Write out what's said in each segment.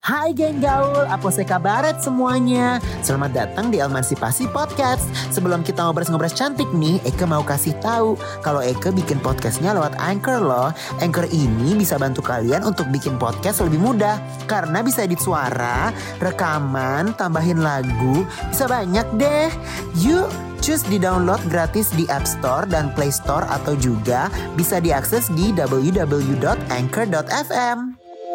Hai geng gaul, apa kabaret semuanya? Selamat datang di Emansipasi Podcast. Sebelum kita ngobrol-ngobrol cantik nih, Eke mau kasih tahu kalau Eke bikin podcastnya lewat Anchor loh. Anchor ini bisa bantu kalian untuk bikin podcast lebih mudah karena bisa edit suara, rekaman, tambahin lagu, bisa banyak deh. Yuk, cus di-download gratis di App Store dan Play Store atau juga bisa diakses di www.anchor.fm.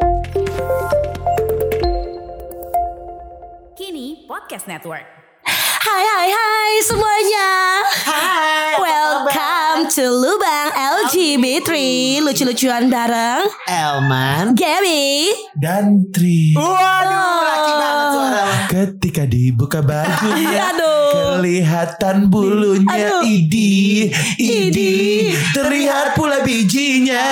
Kini Podcast Network. Hai semuanya. Hai. Welcome to Lubang LGBT. Lucu-lucuan bareng Elman Gaby dan Tri. Waduh, laki banget suara lo. Ketika dibuka bajunya, Aduh. kelihatan bulunya. Aduh. Idi, terlihat pula bijinya.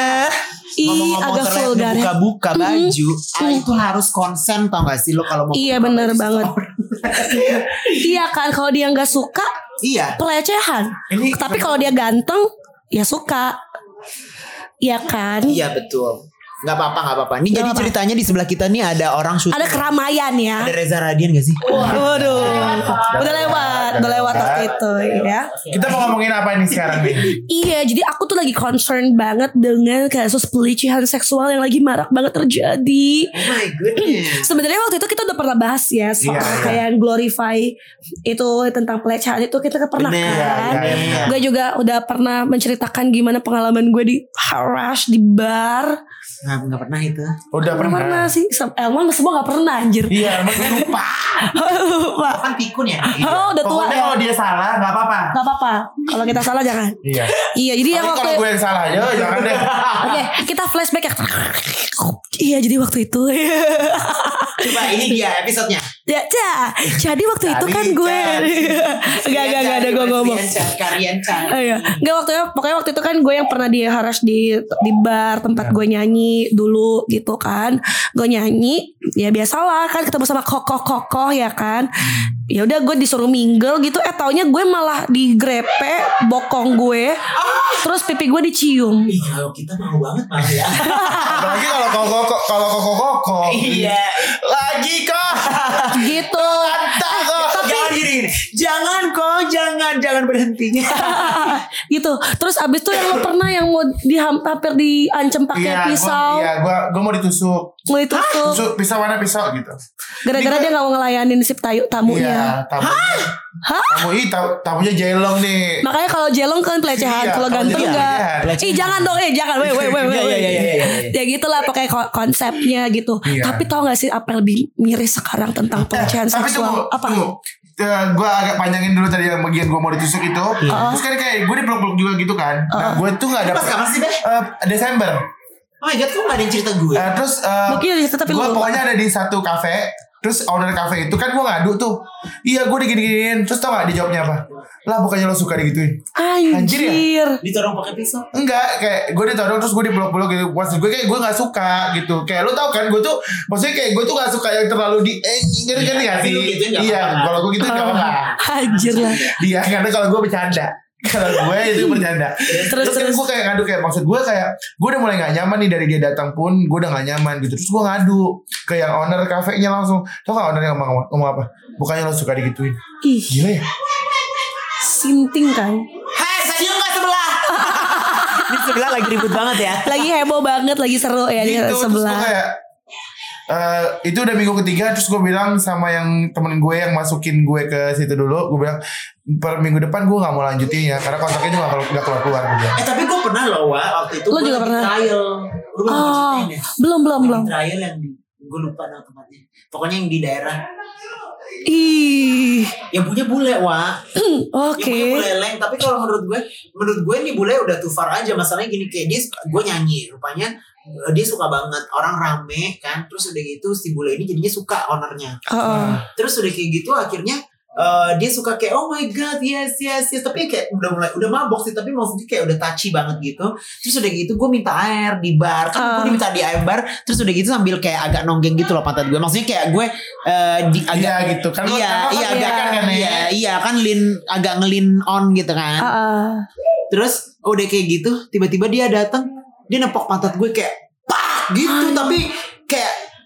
Agak vulgar ya. Buka baju, itu harus konsen tau gak sih lo kalau mau. Iya buka bener baju banget. store. Iya kan, kalau dia gak suka Iya. pelecehan. Ini Tapi kalau dia ganteng ya suka. Iya kan. Iya betul. Gak apa-apa. Ini Gak jadi apa-apa. ceritanya di sebelah kita nih ada orang syuting. Ada keramaian ya. Ada Reza Radian gak sih? Waduh. Udah lewat waktu itu ya. Kita mau ngomongin apa ini sekarang nih? Iya, jadi aku tuh lagi concern banget dengan kasus pelecehan seksual yang lagi marak banget terjadi. Oh my goodness. Sebenarnya waktu itu kita udah pernah bahas ya soal Iya. kayak glorify itu tentang pelecehan itu kita pernah Bener, kan. iya. Gue juga udah pernah menceritakan gimana pengalaman gue di harass di bar. Gak pernah itu. Udah pernah. sih? Elman semua gak pernah anjir. Iya, emang gue lupa. Lupa. Kan pikun ya. Oh, udah tua Pokoknya ya. kalau dia salah, nggak apa-apa. Gak apa-apa. Kalau kita salah jangan. Iya. Iya, jadi yang Tapi waktu kalau gue yang salah, yo jangan deh. Oke, kita flashback ya. Iya, jadi waktu itu. Coba ini dia episodenya. Ya, jadi waktu itu kan gue Enggak ada gue ngomong. Kalian cari. Iya. Pokoknya waktu itu kan gue yang pernah diharas di bar tempat gue nyanyi dulu gitu kan. Gue nyanyi, ya biasalah kan ketemu sama kokoh ya kan. Ya udah gue disuruh mingle gitu. Taunya gue malah digrepe bokong gue. Terus pipi gue dicium. Ih, kalau kita mau banget malah ya. Apalagi kalau koko. Iya. Lagi kok. Gitu. Jangan gini. Jangan berhentinya. Gitu. Terus abis itu yang lo pernah yang mau hampir diancam pakai pisau. Gue mau ditusuk. Mau ditusuk. Tusuk pisau mana pisau gitu. Gara-gara dia gak mau ngelayanin si tamunya. Iya, tamunya jelong nih. Makanya kalau jelong kan pelecehan, Iya, kalau kalau ganteng jelong enggak. pelecehan. Jangan dong, jangan. Weh. Iya. Ya gitulah pokoknya konsepnya gitu. Iya. Tapi tau gak sih apa yang lebih miris sekarang tentang pelecehan Tapi seksual? tunggu. Gue agak panjangin dulu tadi yang bagian gue mau ditusuk itu. Terus kan kayak gue dipeluk-peluk juga gitu kan. Nah gue tuh gak Pas kapan sih, Beh? Desember. Oh my god, kok gak ada yang cerita gue? Terus Mungkin ada cerita, tapi gue lu lupa. pokoknya ada di satu kafe. Terus owner kafe itu kan gue ngadu tuh. Iya gue digini-giniin. Terus tau gak dijawabnya apa? Lah bukannya lo suka digituin. Anjir ya? Ditorong pakai pisau. Enggak, kayak gue ditodong terus gue dipeluk-peluk gitu. Maksud gue kayak gue gak suka gitu. Kayak lo tau kan gue tuh, maksudnya kayak gue tuh gak suka yang terlalu di gini gak sih? Tapi lu gituin gak Iya, apa-apa. kalau gue gitu gak apa-apa. Anjir lah. Iya, karena kalau gue bercanda. Kalau gue itu bercanda. Terus kan gue kayak ngadu, kayak maksud gue kayak gue udah mulai gak nyaman nih dari dia datang pun gue udah gak nyaman gitu. Terus gue ngadu ke yang owner kafenya langsung. Tau gak ownernya ngomong apa? Bukannya lo suka digituin. Ih, Gila ya? sinting kan. Hei, saya gak sebelah. Di sebelah lagi ribut banget ya. Lagi heboh banget, lagi seru ya di Gitu, terus gue sebelah. kayak itu udah minggu ketiga. Terus gue bilang sama yang temen gue yang masukin gue ke situ dulu, gue bilang per minggu depan gue gak mau lanjutin ya, karena kontaknya juga gak keluar-keluar. Tapi gue pernah loh waktu itu. Lo gue juga lagi pernah? trial. Lu belum ceritain ya? Belum. Lagi trial yang di, gue lupa nama tempatnya. Pokoknya yang di daerah. Ih, Yang punya bule, Wak. oke. Yang punya bule leng. Tapi kalau menurut gue nih bule udah too far aja. Masalahnya gini, kayak dia, gue nyanyi, rupanya dia suka banget, orang rame kan. Terus udah gitu si bule ini jadinya suka ownernya. Terus udah kayak gitu akhirnya dia suka kayak oh my god yes. Tapi kayak udah mabok sih, tapi maksudnya kayak udah touchy banget gitu. Terus udah gitu gue minta air di bar, kan gue minta di air bar. Terus udah gitu sambil kayak agak nonggeng gitu loh pantat gue. Maksudnya kayak gue agak gitu kan. Iya kan agak ngelin on gitu kan. Terus udah kayak gitu tiba-tiba dia datang, dia nepok pantat gue kayak pak gitu. Tapi kayak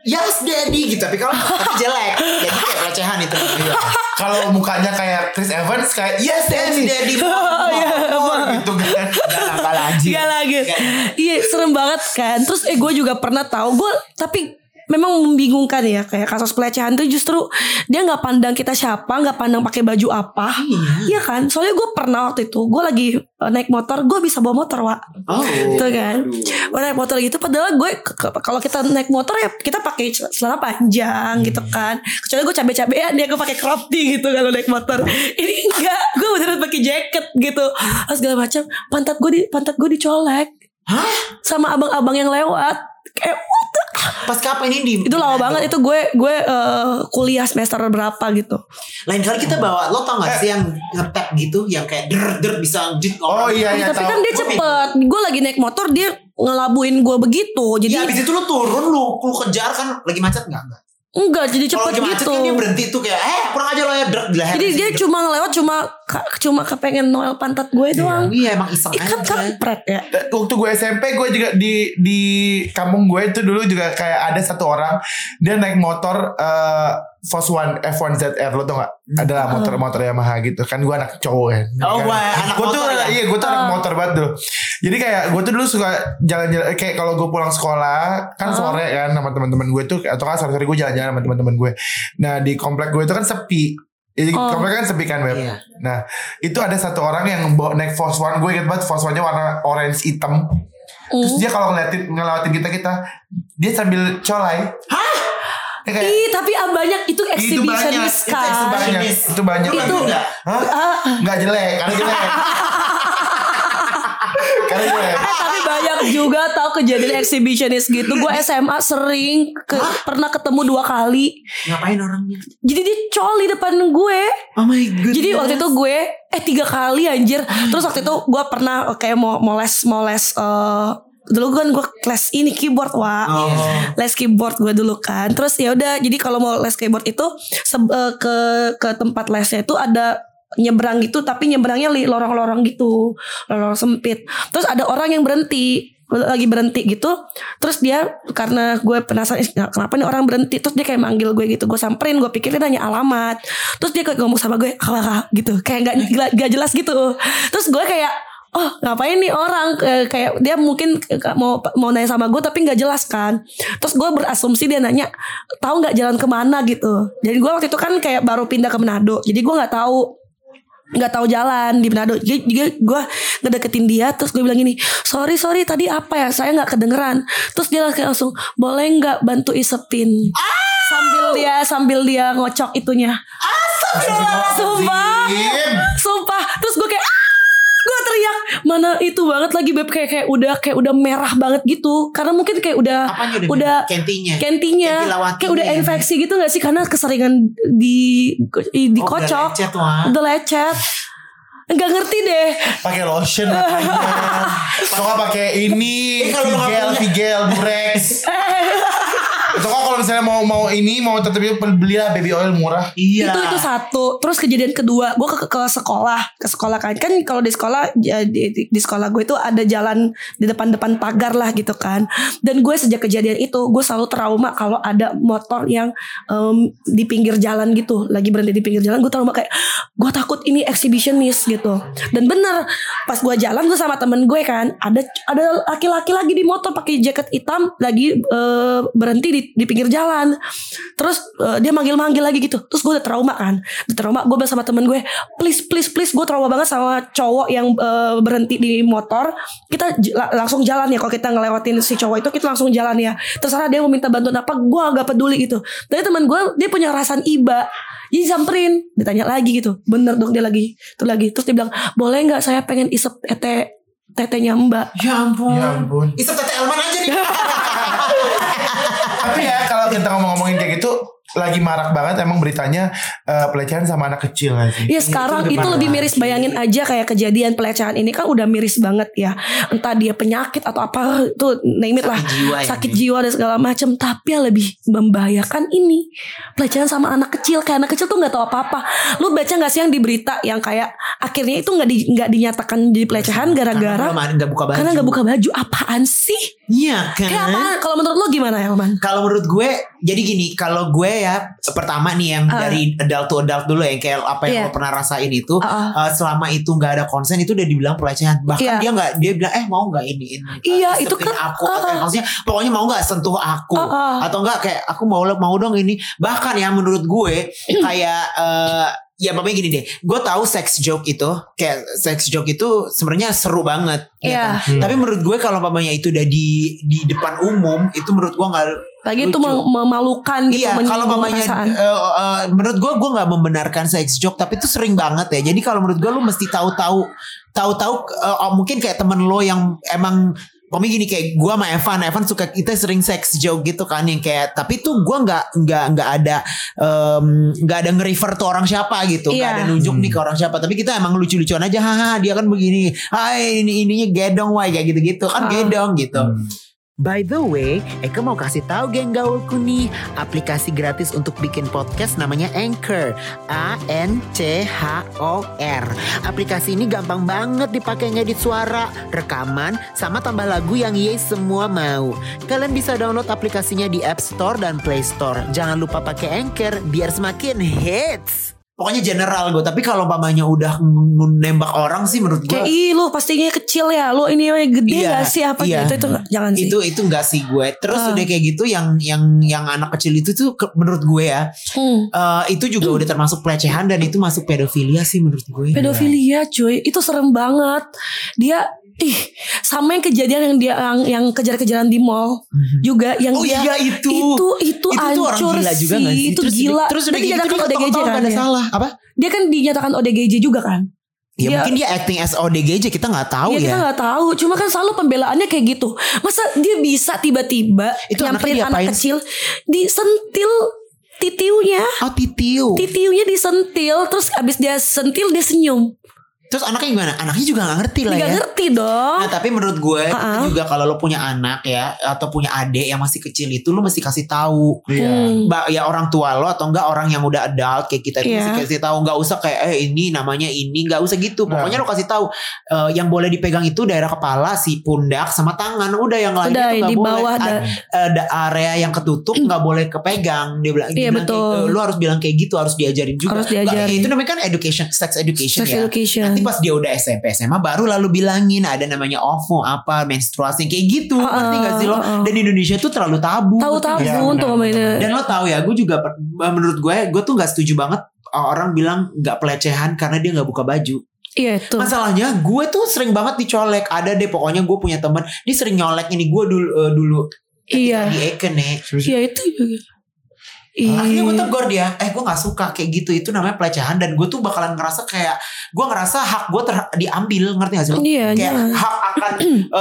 yes daddy gitu, tapi kalau jelek jadi kayak pelecehan itu. Kalau mukanya kayak Chris Evans kayak yes daddy Gitu kan. Gak lagi. Iya serem banget kan. Terus gue juga pernah tahu gue, tapi memang membingungkan ya, kayak kasus pelecehan tuh justru dia nggak pandang kita siapa, nggak pandang pakai baju apa, iya kan? Soalnya gue pernah waktu itu gue lagi naik motor, gue bisa bawa motor tuh kan, gue naik motor gitu. Padahal gue kalau kita naik motor ya kita pakai celana panjang gitu kan, kecuali gue cabe-cabean dia gue pakai crop tee gitu kalau naik motor. Ini enggak, gue beneran pakai jaket gitu, segala macam. Pantat gue dicolek sama abang-abang yang lewat. Kayak what the... Pas kapan ini? Itu lama banget. Itu gue kuliah semester berapa gitu. Lain kali kita bawa, lo tau gak sih yang nge-tap gitu, yang kayak der bisa jit orang. Oh iya tapi tahu. kan dia cepet. Gue lagi naik motor, dia ngelabuin gue begitu. Jadi abis itu lo turun, lu kejar kan, lagi macet gak? Enggak, jadi cepet gitu. Kalau dia berhenti tuh kayak kurang aja lo ya di leher. Jadi dia cuma ngelewat, cuma kepengen noel pantat gue doang. Iya emang iseng aja. Ikan kampret ya. Waktu gue SMP gue juga di kampung gue itu dulu juga kayak ada satu orang dia naik motor Fos One F1 ZR, lo tau gak? Adalah motor Yamaha gitu kan. Gue anak cowok kan. Anak motor ya? Iya gue tuh anak motor banget dulu. Jadi kayak gue tuh dulu suka jalan-jalan, kayak kalau gue pulang sekolah kan sore kan sama teman-teman gue tuh, atau kan sore-sore gue jalan-jalan sama teman-teman gue. Nah di komplek gue itu kan sepi. Jadi komplek kan sepi kan Web. Iya. Nah itu ada satu orang yang naik Fos One. Gue inget banget Fos One-nya warna orange hitam. Terus dia kalau ngelewatin kita dia sambil colai. Ih, tapi banyak itu exhibitionist kan. Itu banyak. Itu nggak jelek, karena jelek. Tapi banyak juga tahu kejadian exhibitionist gitu. Gue SMA sering pernah ketemu 2 kali. Ngapain orangnya? Jadi dia coli depan gue. Oh my god. Jadi waktu itu gue 3 kali anjir. Terus waktu itu gue pernah kayak mau les dulu kan gue les ini keyboard les keyboard gue dulu kan. Terus ya udah, jadi kalau mau les keyboard itu ke tempat lesnya itu ada nyebrang gitu, tapi nyebrangnya lorong-lorong gitu, lorong sempit. Terus ada orang yang lagi berhenti gitu. Terus dia, karena gue penasaran kenapa nih orang berhenti, terus dia kayak manggil gue gitu. Gue samperin, gue pikir dia nanya alamat. Terus dia kayak ngomong sama gue gitu, kayak gak jelas gitu. Terus gue kayak ngapain nih orang, kayak dia mungkin mau nanya sama gue tapi nggak jelas kan. Terus gue berasumsi dia nanya tahu nggak jalan kemana gitu. Jadi gue waktu itu kan kayak baru pindah ke Manado, jadi gue nggak tahu jalan di Manado. Jadi gue ngedeketin dia, terus gue bilang gini, sorry tadi apa ya, saya nggak kedengeran. Terus dia langsung boleh nggak bantu isepin, sambil dia ngocok itunya. Sumpah. Terus gue kayak gue teriak, mana itu banget lagi Beb, kayak udah merah banget gitu, karena mungkin kayak udah kentinya kayak udah infeksi gitu nggak sih, karena keseringan dikocok. Udah lecet. Nggak ngerti deh. Pakai lotion makanya. Soalnya pakai ini Vigel Durex. Atau kalau misalnya mau tetap belilah baby oil murah. Iya. Itu satu. Terus kejadian kedua, gue ke sekolah kan kalau di sekolah di sekolah gue itu ada jalan di depan pagar lah gitu kan. Dan gue sejak kejadian itu gue selalu trauma kalau ada motor yang di pinggir jalan gitu, lagi berhenti di pinggir jalan. Gue trauma, kayak gue takut ini exhibitionist gitu. Dan bener, pas gue jalan gue sama temen gue kan, ada laki-laki lagi di motor pakai jaket hitam lagi berhenti di pinggir jalan. Terus dia manggil lagi gitu. Terus gue udah trauma kan. Gue bilang sama temen gue, please gue trauma banget sama cowok yang berhenti di motor. Kita langsung jalan ya. Kalau kita ngelewatin si cowok itu, kita langsung jalan ya. Terserah dia mau minta bantuan apa, gue agak peduli gitu. Tapi temen gue, dia punya perasaan iba, jadi samperin, ditanya lagi gitu. Bener dong dia lagi. Terus dia bilang, boleh gak saya pengen isep tetenya Mbak. Ya ampun. Isep tete Elman aja nih. Tapi ya kalau kita ngomongin kayak gitu, lagi marak banget emang beritanya pelecehan sama anak kecil gak sih? Iya sekarang itu lebih miris. Bayangin aja kayak kejadian pelecehan ini kan udah miris banget ya. Entah dia penyakit atau apa itu name it lah, sakit jiwa dan segala macam. Tapi yang lebih membahayakan ini pelecehan sama anak kecil. Kayak anak kecil tuh nggak tahu apa-apa. Lu baca nggak sih yang di berita yang kayak akhirnya itu nggak dinyatakan jadi pelecehan gara-gara karena nggak buka baju. Apaan sih? Iya kan. Kayak apaan? Kalau menurut lu gimana ya, Man? Kalau menurut gue jadi gini, kalau gue ya pertama nih yang dari adult to adult dulu ya, kayak apa yang lo pernah rasain itu selama itu nggak ada konsen itu udah dibilang pelecehan. Bahkan dia bilang mau nggak ini iya itu kan aku maksudnya pokoknya mau nggak sentuh aku atau enggak kayak aku mau dong ini. Bahkan ya menurut gue kayak ya pokoknya gini deh, gue tahu sex joke itu sebenarnya seru banget, ya kan? Tapi menurut gue kalau pamannya itu udah di depan umum, itu menurut gue nggak lagi itu memalukan gitu. Iya, kalau pamannya menurut gue nggak membenarkan sex joke, tapi itu sering banget ya. Jadi kalau menurut gue lu mesti tahu mungkin kayak temen lo yang emang gini kayak gue sama Evan suka, kita sering sex joke gitu kan yang kayak, tapi tuh gue nggak ada nge-refer tuh orang siapa gitu, nggak ada nunjuk nih ke orang siapa, tapi kita emang lucu-lucuan aja, haha dia kan begini, hai ininya gedong why kayak gitu kan gedong gitu. By the way, Eka mau kasih tahu geng gaulku nih, aplikasi gratis untuk bikin podcast namanya Anchor, ANCHOR. Aplikasi ini gampang banget dipakai ngedit suara, rekaman, sama tambah lagu yang semua mau. Kalian bisa download aplikasinya di App Store dan Play Store. Jangan lupa pakai Anchor biar semakin hits. Pokoknya general gue. Tapi kalau pamannya udah nembak orang sih menurut gue kayak lu pastinya kecil ya, lu ini gede gak sih apa gitu, itu jangan sih. Itu enggak sih gue. Terus udah kayak gitu yang anak kecil itu tuh menurut gue ya itu juga udah termasuk pelecehan dan itu masuk pedofilia sih menurut gue. Pedofilia cuy, itu serem banget. Dia sama yang kejadian yang kejar-kejaran di mall juga yang dia itu hancur sih. Itu gila. Terus udah dia gitu dinyatakan ODGJ kan ada salah. Apa? Dia kan dinyatakan ODGJ juga kan. Ya mungkin dia acting as ODGJ, kita nggak tahu ya. Kita nggak tahu. Cuma kan selalu pembelaannya kayak gitu. Masa dia bisa tiba-tiba nyamperin anak kecil disentil titiunya. Oh titiunya disentil, terus abis dia sentil dia senyum. Terus anaknya gimana? Anaknya juga gak ngerti lah ya. Gak ngerti dong. Nah tapi menurut gue juga kalau lo punya anak ya, atau punya adik yang masih kecil itu, lo mesti kasih tahu. Ya orang tua lo atau enggak orang yang udah adult kayak kita itu mesti kasih tahu. Gak usah kayak ini namanya ini, gak usah gitu. Pokoknya lo kasih tahu yang boleh dipegang itu daerah kepala, si pundak sama tangan. Udah yang lain itu gak boleh. Ada area yang ketutup gak boleh kepegang. Dia bilang, lo harus bilang kayak gitu, harus diajarin juga. Itu namanya kan sex education ya. Nanti pas dia udah SMP SMA baru lalu bilangin ada namanya OVO apa menstruasi kayak gitu, ngerti gak sih lo? Dan di Indonesia tuh terlalu tabu. Tabu untuk ngomongin. Dan lo tahu ya, gue juga menurut gue tuh nggak setuju banget orang bilang nggak pelecehan karena dia nggak buka baju. Iya itu. Masalahnya gue tuh sering banget dicolek. Ada deh pokoknya gue punya teman dia sering nyolek ini gue dulu. Iya. Di Eken ya. Iya itu juga. Akhirnya gue tegur dia, gue gak suka kayak gitu, itu namanya pelecehan. Dan gue tuh bakalan ngerasa kayak gue ngerasa hak gue diambil, ngerti gak sih lo? Kayak hak akan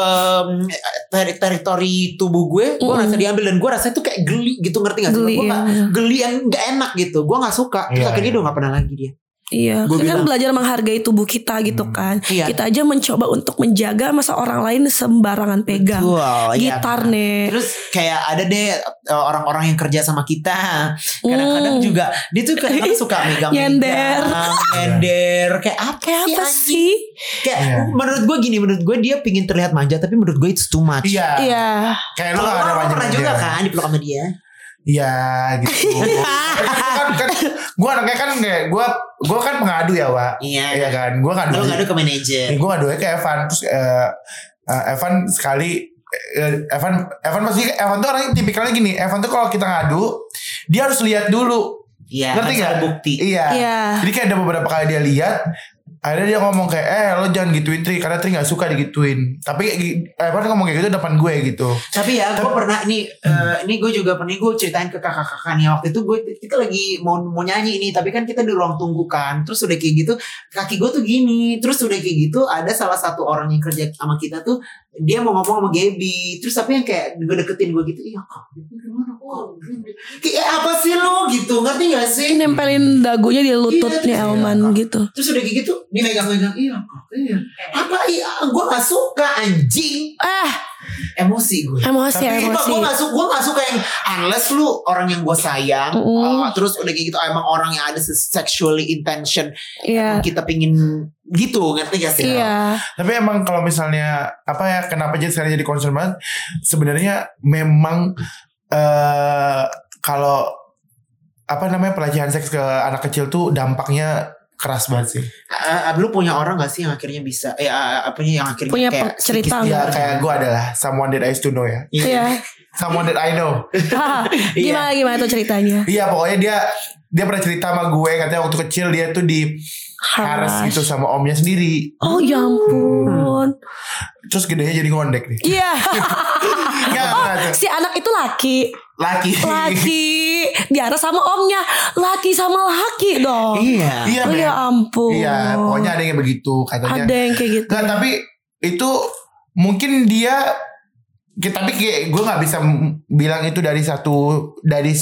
teritori tubuh gue ngerasa diambil. Dan gue rasanya tuh kayak geli gitu, ngerti gak sih lo? Gue geli yang gak enak gitu, gue gak suka. Terus akhirnya dia udah gak pernah lagi dia. Iya, kita kan belajar menghargai tubuh kita gitu kan. Kita aja mencoba untuk menjaga masa orang lain sembarangan pegang gitar nih. Terus kayak ada deh orang-orang yang kerja sama kita, kadang-kadang juga dia tuh kadang-kadang suka megang nyender kayak apa sih? Kayak menurut gue dia pingin terlihat manja, tapi menurut gue itu too much. Iya. Kayak lu gak ada manja juga kan dipeluk sama dia. Iya gitu. kan gue anaknya kan kayak gue kan pengadu ya Wak. Iya kan. Gue ngadu ke manajer. Gue ngadu ke Evan. Terus Evan sekali Evan pasti Evan tuh orangnya tipikalnya gini. Evan tuh kalau kita ngadu dia harus lihat dulu. Iya. Ngerti gak? Bukti. Iya. Jadi kayak ada beberapa kali dia lihat. Akhirnya dia ngomong kayak lo jangan gituin Tri, karena Tri gak suka digituin. Tapi Evan ngomong kayak gitu depan gue gitu. Tapi ya gue pernah ini gue juga pernah gue ceritain ke kakak-kakaknya waktu itu kita lagi mau nyanyi ini, tapi kan kita di ruang tunggu kan. Terus udah kayak gitu kaki gue tuh gini. Terus udah kayak gitu ada salah satu orang yang kerja sama kita tuh, dia mau ngomong sama Gaby. Terus tapi yang kayak gue deketin gue gitu, iya kak gimana kok kayak apa sih lo gitu. Ngerti gak sih? Nempelin dagunya di lututnya Elman gitu. Terus udah kayak gitu dimegang-megang. Iya. Apa iya? Gue gak suka anjing. Emosi gue. Emosi. Gue gak suka yang unless lu orang yang gue sayang. Terus udah kayak gitu emang orang yang ada sexually intention. Kita pingin gitu, ngerti gak sih? Iya. Tapi emang kalau misalnya apa ya, kenapa sekarang jadi concern banget? Sebenarnya memang kalau apa namanya pelecehan seks ke anak kecil tuh dampaknya keras banget sih. Lu punya orang gak sih yang akhirnya bisa yang akhirnya punya kayak cerita ya kayak gue adalah someone that I used to know ya. Iya. Someone that I know. Gimana tuh ceritanya? Iya, pokoknya dia pernah cerita sama gue, katanya waktu kecil dia tuh di haras gitu sama omnya sendiri. Oh ya ampun. Terus gedenya jadi ngondek nih. Iya. Gak. Si anak itu laki. Diaras sama omnya. Laki sama laki dong. Iya. Oh ya ampun. Iya, pokoknya ada yang begitu katanya. Ada yang kayak gitu. Nggak, tapi itu mungkin dia, tapi kayak gue nggak bisa bilang itu dari satu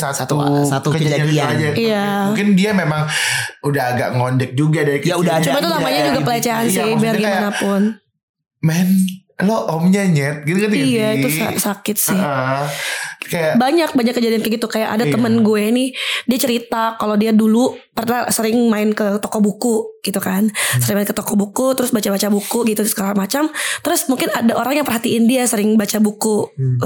kejadian aja. Iya. Mungkin dia memang udah agak ngondek juga dari kecil. Ya udah. Cuma itu namanya juga pelecehan sih, biar gimana pun. Men, lo omnya nyet gitu kan. Iya, itu sakit sih. Kayak banyak kejadian kayak gitu. Kayak ada temen gue nih, dia cerita kalau dia dulu pernah sering main ke toko buku gitu kan. Sering main ke toko buku, terus baca-baca buku gitu segala macam. Terus mungkin ada orang yang perhatiin dia sering baca buku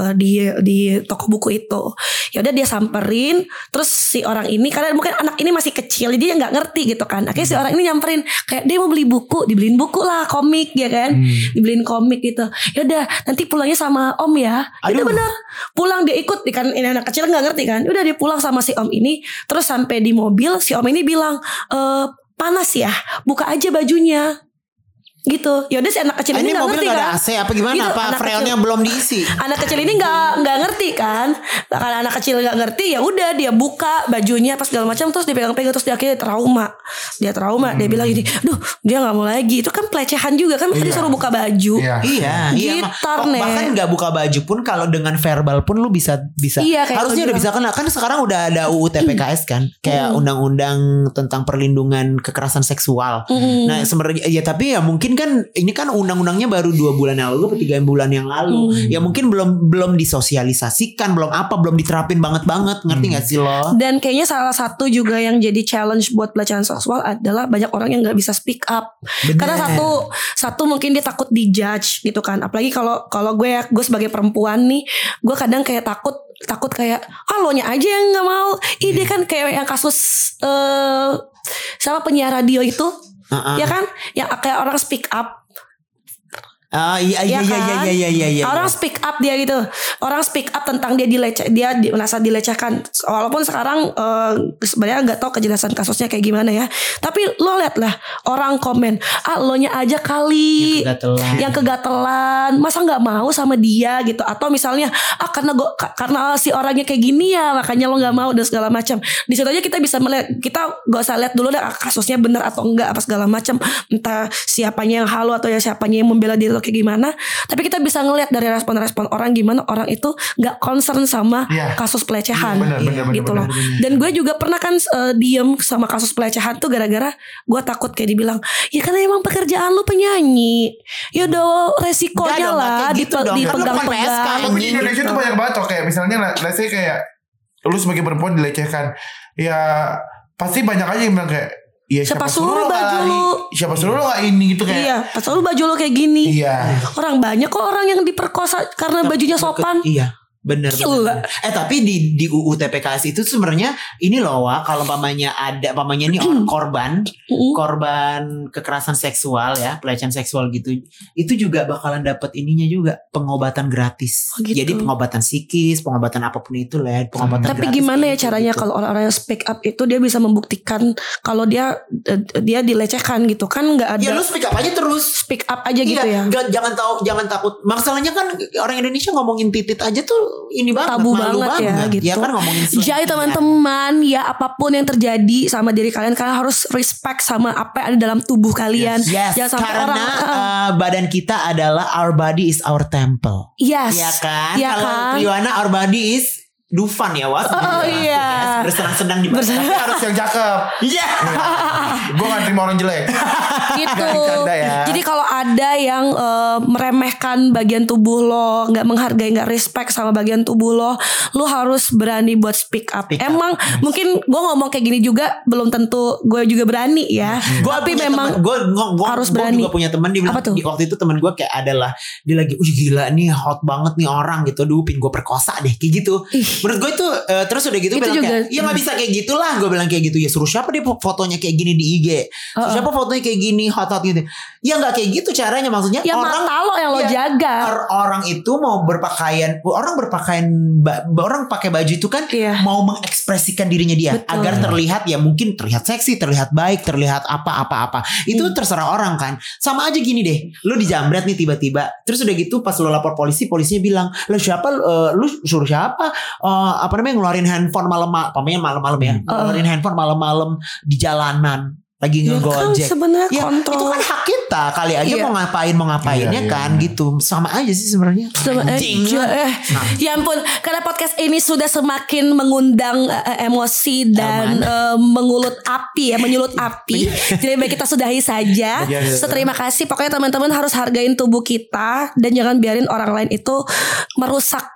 di toko buku itu. Ya udah dia samperin, terus si orang ini karena mungkin anak ini masih kecil, jadi dia nggak ngerti gitu kan. Akhirnya si orang ini nyamperin, kayak dia mau beli buku, dibeliin buku lah, komik ya kan. Dibeliin komik gitu. Ya udah nanti pulangnya sama om ya. Itu benar. Pulang dia ikut, kan ini anak kecil nggak ngerti kan. Udah dia pulang sama si om ini, terus sampai di mobil si om ini bilang, panas ya, buka aja bajunya. Gitu. Ya udah si anak kecil ini nggak ngerti kan. Ini mobil nggak ada AC apa gimana? Gitu, apa freonnya belum diisi? Anak kecil ini nggak ngerti kan. Karena anak kecil nggak ngerti, ya udah dia buka bajunya pas segala macam, terus dipegang-pegang, terus dia akhirnya trauma. Dia bilang gini, duh dia nggak mau lagi. Itu kan pelecehan juga kan. Tadi suruh buka baju. Iya. Gitar nih. Bahkan nggak buka baju pun kalau dengan verbal pun lu bisa. Iya, harusnya udah bisa kena. Kan sekarang udah ada UU TPKS kan, kayak undang-undang tentang perlindungan kekerasan seksual. Nah sebenarnya ya, tapi ya mungkin kan ini kan undang-undangnya baru 2 bulan yang lalu atau 3 bulan yang lalu. Ya mungkin belum disosialisasikan, belum diterapin banget, ngerti gak sih lo? Dan kayaknya salah satu juga yang jadi challenge buat pelecehan seksual adalah banyak orang yang nggak bisa speak up. Bener. Karena satu mungkin dia takut dijudge gitu kan. Apalagi kalau gue sebagai perempuan nih, gue kadang kayak takut kayak lo nya aja yang nggak mau. Dia kan kayak yang kasus sama penyiar radio itu. Ya kan, yang kayak orang speak up. Iya. Orang speak up dia gitu. Orang speak up tentang dia merasa dilecehkan. Walaupun sekarang sebenarnya nggak tahu kejelasan kasusnya kayak gimana ya. Tapi lo lihat lah orang komen, lo nya aja kali yang kegatelan. Masa nggak mau sama dia gitu? Atau misalnya karena si orangnya kayak gini ya, makanya lo nggak mau dan segala macam. Di situ aja kita bisa melihat. Kita nggak usah lihat dulu deh kasusnya benar atau enggak apa segala macam. Entah siapanya yang halu atau ya siapanya yang membela diri kayak gimana, tapi kita bisa ngelihat dari respon-respon orang gimana orang itu nggak concern sama kasus pelecehan, gitu loh. Dan gue juga pernah kan diem sama kasus pelecehan tuh gara-gara gue takut kayak dibilang, ya karena emang pekerjaan lu penyanyi, ya udah resikonya lah dipegang-pegang. Tapi di Indonesia tuh banyak banget kayak misalnya, let's say kayak lu sebagai perempuan dilecehkan, ya pasti banyak aja yang bilang kayak, iya, siapa suruh baju lu? Siapa suruh lu gak ini gitu kayak. Iya, pas suruh baju lu kayak gini. Iya. Orang banyak kok orang yang diperkosa karena bajunya sopan. Iya. Bener. Tapi di UU TPKS itu sebenarnya ini loh, kalau pamannya ini orang korban kekerasan seksual ya, pelecehan seksual gitu, itu juga bakalan dapat ininya juga, pengobatan gratis. Gitu. Jadi pengobatan psikis, pengobatan apapun itu lah, pengobatan tapi gratis. Gimana ya caranya gitu. Kalau orang-orang yang speak up itu dia bisa membuktikan kalau dia dilecehkan gitu kan, nggak ada. Ya lu speak up aja terus. Speak up aja gitu ya. Jangan takut. Masalahnya kan orang Indonesia ngomongin titit aja tuh ini banget, tabu banget ya gitu. Ya kan ngomongin jadi teman-teman ya, apapun yang terjadi sama diri kalian harus respect sama apa yang ada dalam tubuh kalian. Jangan sampai karena badan kita adalah, our body is our temple. Yes. Ya kan? Ya kalau kan? Riwana, our body is Dufan ya, Was. Oh iya. bersenang-senang di Tapi harus yang cakep. Iya. Gue gak terima orang jelek. Gitu. Canda ya. Jadi kalau ada yang meremehkan bagian tubuh lo, nggak menghargai, nggak respect sama bagian tubuh lo harus berani buat speak up. Emang mungkin gue ngomong kayak gini juga belum tentu gue juga berani ya. Tapi memang gue harus berani. Gue juga punya teman, dia bilang waktu itu teman gue kayak adalah dia lagi, gila nih hot banget nih orang gitu, pin gue perkosa deh kayak gitu. Menurut gue itu terus udah gitu bilang kayak, ya nggak bisa kayak gitulah. Gue bilang kayak gitu, ya suruh siapa deh fotonya kayak gini di IG, suruh siapa fotonya kayak gini hot gitu. Ya nggak kayak gitu caranya, maksudnya ya orang mata lo yang lo jaga. Orang itu mau berpakaian, orang pakai baju itu kan mau mengekspresikan dirinya dia. Betul. Agar terlihat, ya mungkin terlihat seksi, terlihat baik, terlihat apa. Itu terserah orang kan. Sama aja gini deh, lu dijamret nih tiba-tiba, terus udah gitu pas lu lapor polisinya bilang, lu siapa, lu suruh siapa ngeluarin handphone malam-malam ya, ngeluarin handphone malam-malam di jalanan lagi ngegojek. Kan sebenarnya kontrol. Itu kan hak kita, kali aja mau ngapainnya kan gitu. Sama aja sih sebenarnya. Ya ampun, karena podcast ini sudah semakin mengundang emosi dan menyulut api. Jadi baik kita sudahi saja. Terima kasih. Pokoknya teman-teman harus hargain tubuh kita dan jangan biarin orang lain itu merusak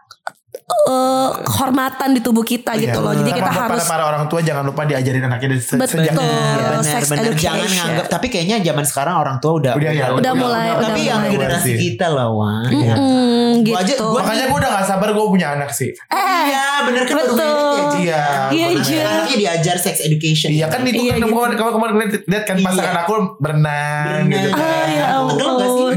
kehormatan di tubuh kita gitu loh. Jadi kita harus para orang tua jangan lupa diajarin anaknya dari sejak benar. Jangan nganggap, tapi kayaknya zaman sekarang orang tua udah mulai. Tapi yang generasi kita lah, Wan. Gitu. Makanya gue udah gak sabar gue punya anak sih. Iya bener kan. Betul. Anaknya diajar sex education. Iya kan itu kan kalau kemarin lihat kan pasangan aku berenang gitu kan. Ya ampun.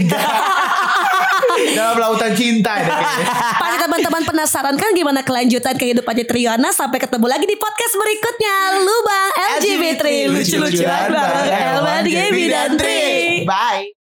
Dalam lautan cinta ya. Pasti teman-teman penasaran kan gimana kelanjutan kehidupannya Triana. Sampai ketemu lagi di podcast berikutnya. Lubang LGBT lucu-lucuan bareng Elman, Gaby dan Tri. Bye.